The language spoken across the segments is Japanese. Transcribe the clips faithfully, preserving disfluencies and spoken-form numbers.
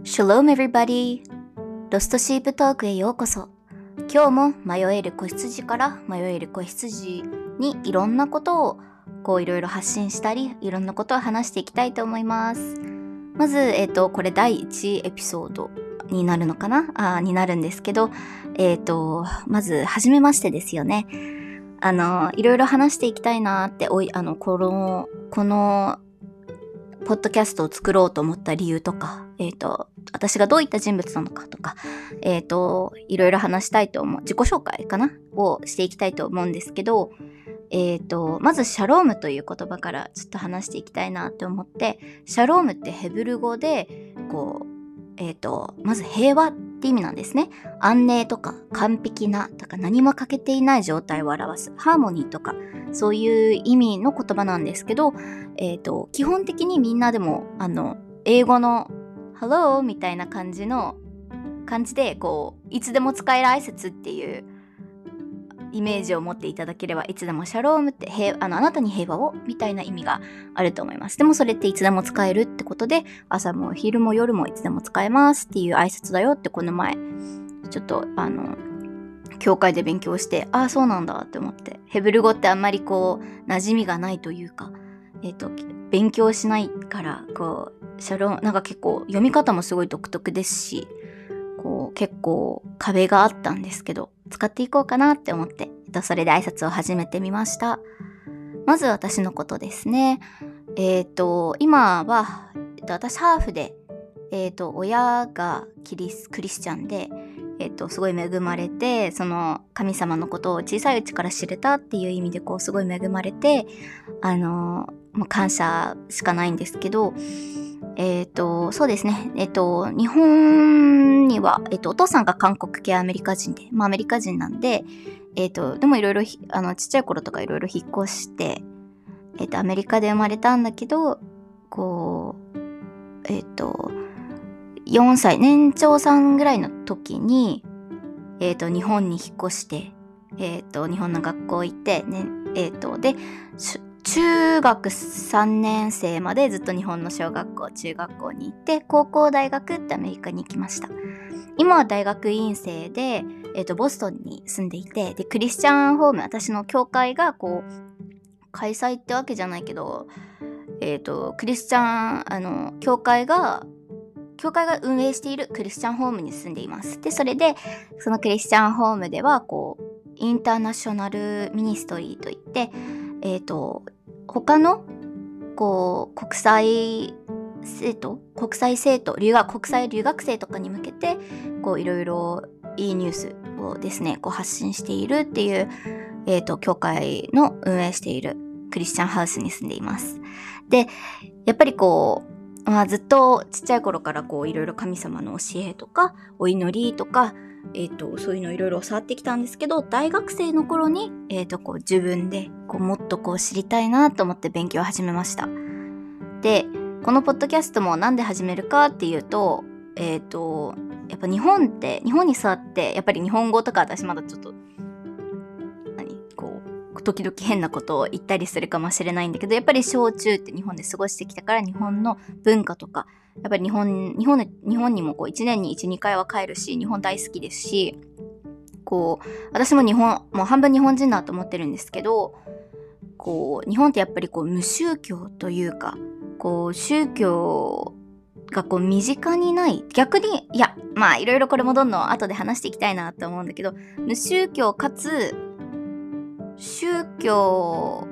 Shalom everybody! ロストシープトークへようこそ。今日も迷える子羊から迷える子羊にいろんなことをこういろいろ発信したり、いろんなことを話していきたいと思います。まず、えっと、これだいいちエピソードになるのかなあになるんですけど、えっと、まず、はじめましてですよね。あの、いろいろ話していきたいなって、おい、あの、この、この、ポッドキャストを作ろうと思った理由とか、えっと、私がどういった人物なのかとか、えっと、いろいろ話したいと思う、自己紹介かなをしていきたいと思うんですけど、えっと、まずシャロームという言葉からちょっと話していきたいなって思って、シャロームってヘブル語で、こう、えっと、まず平和って意味なんですね。安寧とか完璧なとか何も欠けていない状態を表すハーモニーとかそういう意味の言葉なんですけど、えっと、基本的にみんなでもあの英語の Hello みたいな感じの感じでこういつでも使える挨拶っていうイメージを持っていただければ、いつでもシャロームって平あのあなたに平和をみたいな意味があると思います。でもそれっていつでも使えるってことで、朝も昼も夜もいつでも使えますっていう挨拶だよってこの前ちょっとあの教会で勉強して、ああそうなんだって思って、ヘブル語ってあんまりこう馴染みがないというか、えっと勉強しないからこうシャローなんか結構読み方もすごい独特ですし、こう結構壁があったんですけど、使っていこうかなって思って、えっと、それで挨拶を始めてみました。まず私のことですね。えっと今は、えっと、私ハーフで、えっと親がキリスクリスチャンで、えっとすごい恵まれて、その神様のことを小さいうちから知れたっていう意味でこうすごい恵まれて、あのもう感謝しかないんですけど。えっと、そうですね。えっと、日本には、えっと、お父さんが韓国系アメリカ人で、まあアメリカ人なんで、えっと、でもいろいろ、あの、ちっちゃい頃とかいろいろ引っ越して、えっと、アメリカで生まれたんだけど、こう、えっと、よんさい、年長さんぐらいの時に、えっと、日本に引っ越して、えっと、日本の学校行って、ね、えっと、で、中学さんねん生までずっと日本の小学校、中学校に行って、高校、大学ってアメリカに行きました。今は大学院生で、えっと、ボストンに住んでいて、で、クリスチャンホーム、私の教会がこう、開催ってわけじゃないけど、えっと、クリスチャン、あの、教会が、教会が運営しているクリスチャンホームに住んでいます。で、それで、そのクリスチャンホームでは、こう、インターナショナルミニストリーといって、えっと、他の、こう、国際生徒、国際生徒、留学、国際留学生とかに向けて、こう、いろいろいいニュースをですね、こう発信しているっていう、えっと、教会の運営しているクリスチャンハウスに住んでいます。で、やっぱりこう、まあ、ずっとちっちゃい頃からこう、いろいろ神様の教えとか、お祈りとか、えっと、そういうのいろいろ教わってきたんですけど、大学生の頃に、えっと、こう自分でこうもっとこう知りたいなと思って勉強を始めました。で、このポッドキャストもなんで始めるかっていうと、えっと、やっぱ日本って、日本に座って、やっぱり日本語とか私まだちょっと、何こう、時々変なことを言ったりするかもしれないんだけど、やっぱり小中って日本で過ごしてきたから日本の文化とか、やっぱり日本、日本の、日本にもこういちねんにいち、にかいは帰るし、日本大好きですし、こう、私も日本、もう半分日本人だと思ってるんですけど、こう、日本ってやっぱりこう無宗教というか、こう、宗教がこう身近にない。逆に、いや、まあいろいろこれもどんどん後で話していきたいなと思うんだけど、無宗教かつ、宗教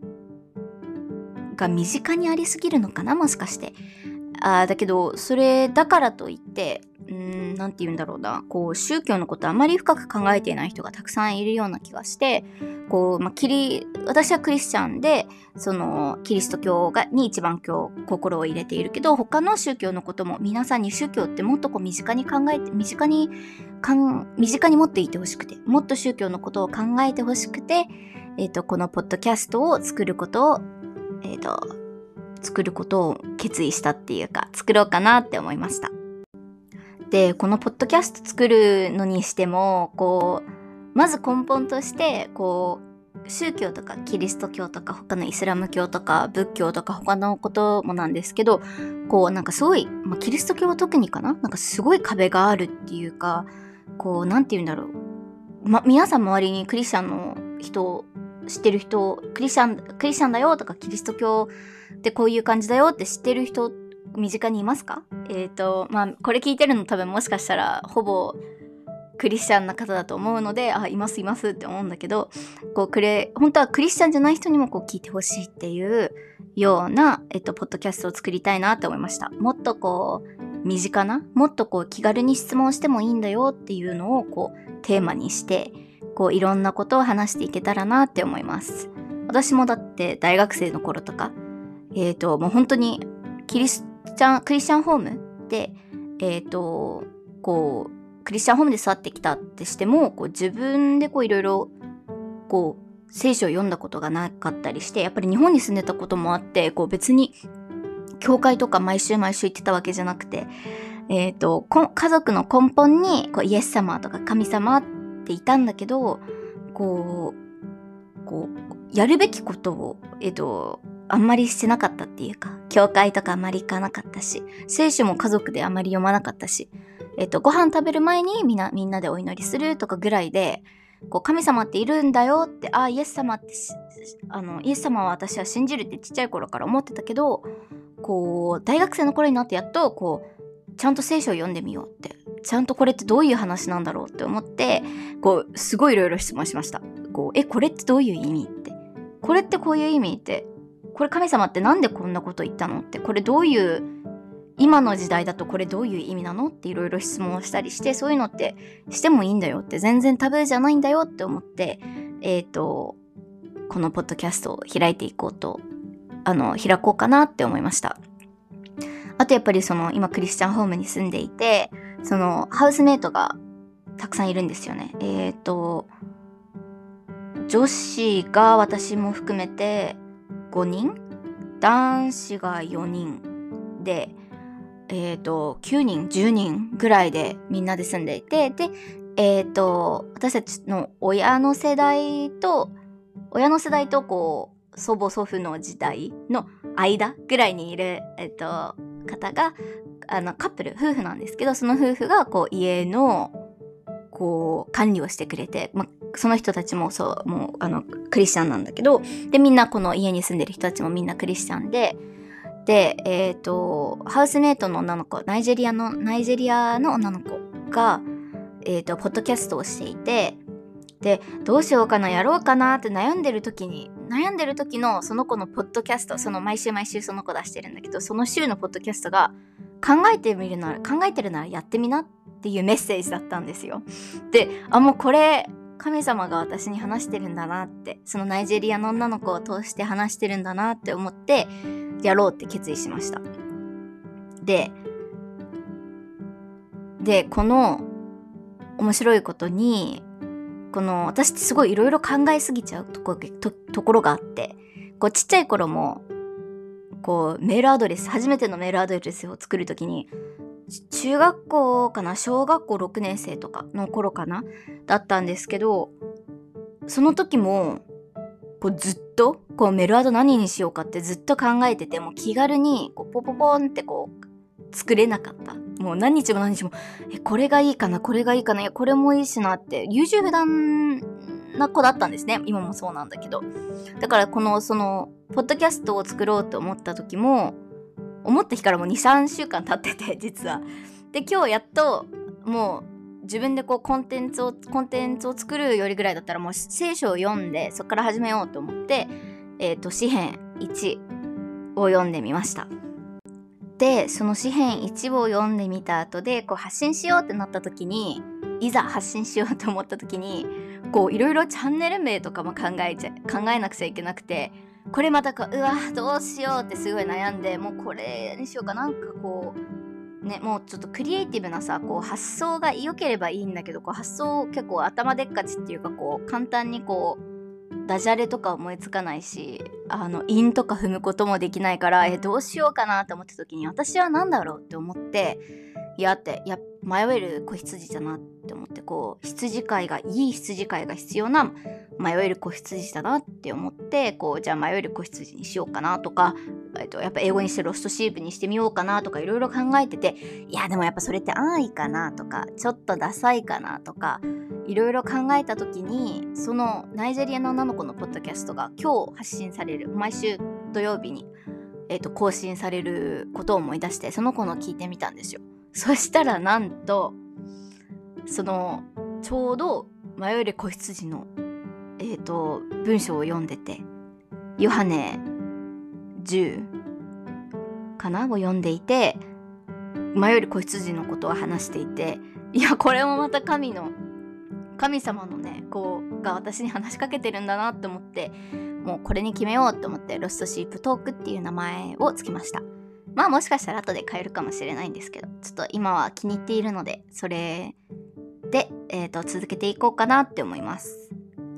が身近にありすぎるのかな、もしかして。あだけどそれだからといってうーんなんて言うんだろうな、こう宗教のことあまり深く考えていない人がたくさんいるような気がして、こう、まあ、キリ私はクリスチャンで、そのキリスト教がに一番今日心を入れているけど、他の宗教のことも皆さんに宗教ってもっとこう身近に考えて身近にかん身近に持っていてほしくて、もっと宗教のことを考えてほしくて、えっとこのポッドキャストを作ることをえっと作ることを決意したっていうか、作ろうかなって思いました。で、このポッドキャスト作るのにしても、こう、まず根本として、こう、 宗教とかキリスト教とか他のイスラム教とか仏教とか他のこともなんですけど、こうなんかすごい、まあ、キリスト教は特にかな、なんかすごい壁があるっていうか、こうなんて言うんだろう、ま、皆さん周りにクリスチャンの人知ってる人、クリスチャンクリスチャンだよとかキリスト教ってこういう感じだよって知ってる人身近にいますか？えっとまあこれ聞いてるの多分もしかしたらほぼクリスチャンな方だと思うので、あ、いますいますって思うんだけど、こうくれ本当はクリスチャンじゃない人にもこう聞いてほしいっていうような、えっと、ポッドキャストを作りたいなって思いました。もっとこう身近な、もっとこう気軽に質問してもいいんだよっていうのをこうテーマにして、こういろんなことを話していけたらなって思います。私もだって大学生の頃とか、えっともう本当にキリスチャンクリスチャンホームで、えっとこうクリスチャンホームで育ってきたってしても、こう自分でこういろいろこう聖書を読んだことがなかったりして、やっぱり日本に住んでたこともあって、こう別に教会とか毎週毎週行ってたわけじゃなくて、えっと家族の根本にこうイエス様とか神様っていたんだけど、こうこうやるべきことをえっとあんまりしてなかったっていうか、教会とかあんまり行かなかったし、聖書も家族であんまり読まなかったし、えっと、ご飯食べる前にみんな、みんなでお祈りするとかぐらいで、こう神様っているんだよって、あ、イエス様ってあの、イエス様は私は信じるってちっちゃい頃から思ってたけど、こう、大学生の頃になってやっと、こう、ちゃんと聖書を読んでみようって、ちゃんとこれってどういう話なんだろうって思って、こう、すごいいろいろ質問しました。こう、え、これってどういう意味って。これってこういう意味って。これ神様ってなんでこんなこと言ったのって。これどういう今の時代だとこれどういう意味なのっていろいろ質問をしたりして、そういうのってしてもいいんだよって、全然タブーじゃないんだよって思って、えっとこのポッドキャストを開いていこうとあの開こうかなって思いました。あとやっぱりその今クリスチャンホームに住んでいて、そのハウスメイトがたくさんいるんですよね。えっと女子が私も含めてごにん、男子がよにんで、えっと、きゅうにん、じゅうにんぐらいでみんなで住んでいて、で、えっと、私たちの親の世代と、親の世代とこう、祖母祖父の時代の間ぐらいにいる、えっと、方が、あの、カップル、夫婦なんですけど、その夫婦がこう、家の、こう、管理をしてくれて、ま、その人たちもそう、もう、あの、クリスチャンなんだけど、で、みんなこの家に住んでる人たちもみんなクリスチャンで、で、えっと、ハウスメイトの女の子、ナイジェリアの、ナイジェリアの女の子が、えっと、ポッドキャストをしていて、で、どうしようかな、やろうかなって悩んでる時に、悩んでる時のその子のポッドキャスト、その毎週毎週その子出してるんだけど、その週のポッドキャストが、考えてみるなら、考えてるならやってみなっていうメッセージだったんですよ。で、あ、もうこれ、神様が私に話してるんだなって、そのナイジェリアの女の子を通して話してるんだなって思って、やろうって決意しました。で、で、この面白いことに、この私ってすごいいろいろ考えすぎちゃうとこ、と、ところがあって、こうちっちゃい頃も、こうメールアドレス、初めてのメールアドレスを作るときに、中学校かな、小学校ろくねん生とかの頃かな、だったんですけど、その時も、こうずっとこうメルアド何にしようかってずっと考えてて、も気軽にこうポポポンってこう作れなかった。もう何日も何日も、え、これがいいかな、これがいいかな、いやこれもいいしなって、優柔不断な子だったんですね。今もそうなんだけど。だからこのそのポッドキャストを作ろうと思った時も、思った日からもうに、さんしゅうかん経ってて、実は。で、今日やっともう自分でこうコンテンツをコンテンツを作るよりぐらいだったら、もう聖書を読んでそこから始めようと思って、えっと詩編いちを読んでみました。で、その詩編いちを読んでみた後で、こう発信しようってなった時に、いざ発信しようと思った時に、こういろいろチャンネル名とかも考えちゃ考えなくちゃいけなくて、これまたこう、うわどうしようってすごい悩んで、もうこれにしようかなんかこう。ね、もうちょっとクリエイティブなさ、こう発想が良ければいいんだけど、こう発想結構頭でっかちっていうか、こう簡単にこうダジャレとか思いつかないし、あの韻とか踏むこともできないから、えどうしようかなって思った時に、私は何だろうって思って、 いやってや迷える子羊だなって思って、こう羊飼いがいい羊飼いが必要な迷える子羊だなって思って、こうじゃあ迷える子羊にしようかなとか、えっと、やっぱ英語にしてロストシープにしてみようかなとかいろいろ考えてて、いやでもやっぱそれって安易かなとかちょっとダサいかなとかいろいろ考えた時に、そのナイジェリアの女の子のポッドキャストが今日発信される、毎週土曜日に、えっと、更新されることを思い出して、その子の聞いてみたんですよ。そしたらなんとそのちょうど迷える子羊の、えっと、文章を読んでて、ヨハネじゅうかなを読んでいて、迷える子羊のことを話していて、いやこれもまた神の神様のねこうが私に話しかけてるんだなって思って、もうこれに決めようと思ってロストシープトークっていう名前をつけました。まあもしかしたら後で変えるかもしれないんですけど、ちょっと今は気に入っているのでそれで、えーと、続けていこうかなって思います。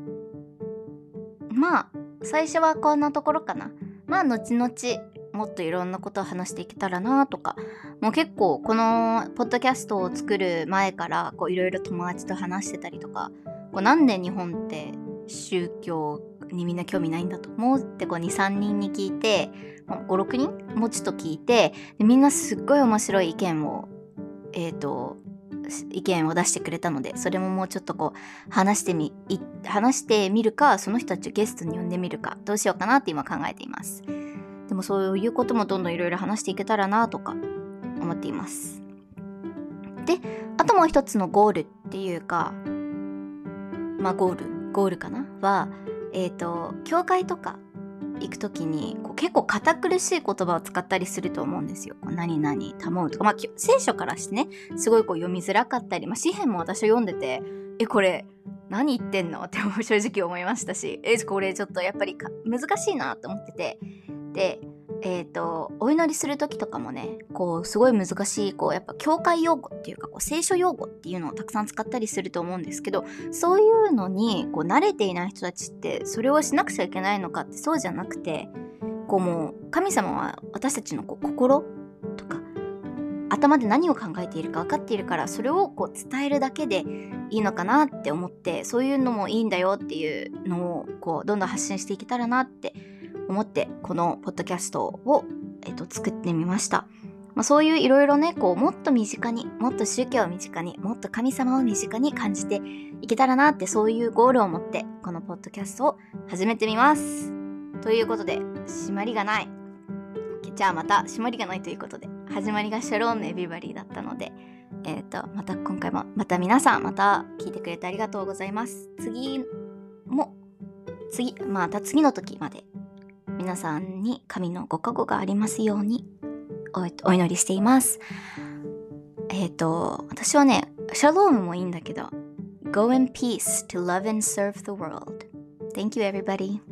まあ最初はこんなところかな。まあ後々もっといろんなことを話していけたらなとか、もう結構このポッドキャストを作る前からこういろいろ友達と話してたりとか、こうなんで日本って宗教にみんな興味ないんだと思うってこう にさんにんに聞いて、ごろくにんもうちょっと聞いて、でみんなすっごい面白い意見をえっと意見を出してくれたので、それももうちょっとこう話してみ話してみるか、その人たちをゲストに呼んでみるか、どうしようかなって今考えています。でもそういうこともどんどんいろいろ話していけたらなとか思っています。で、あともう一つのゴールっていうか、まあゴールゴールかなは、えっと教会とか行くときにこう結構堅苦しい言葉を使ったりすると思うんですよ。こう何々保うとか、まあ聖書からしてねすごいこう読みづらかったり、まあ詩篇も私は読んでて、えこれ何言ってんのって正直思いましたし、えこれちょっとやっぱり難しいなと思ってて、でえっとお祈りする時とかもね、こうすごい難しいこうやっぱ教会用語っていうかこう聖書用語っていうのをたくさん使ったりすると思うんですけど、そういうのにこう慣れていない人たちってそれをしなくちゃいけないのかって、そうじゃなくて、こうもう神様は私たちのこう心とか頭で何を考えているか分かっているから、それをこう伝えるだけでいいのかなって思って、そういうのもいいんだよっていうのをこうどんどん発信していけたらなって思って、このポッドキャストを、えーと、作ってみました。まあ、そういういろいろねこうもっと身近に、もっと宗教を身近に、もっと神様を身近に感じていけたらなって、そういうゴールを持ってこのポッドキャストを始めてみます。ということで締まりがない、じゃあまた締まりがないということで、始まりがシャロームエビバリーだったので、えーとまた今回もまた皆さんまた聞いてくれてありがとうございます。次も次また次の時まで皆さんに神のご加護がありますように お, お祈りしています。えっと私はねシャロームもいいんだけど、 Go in peace to love and serve the world. Thank you everybody.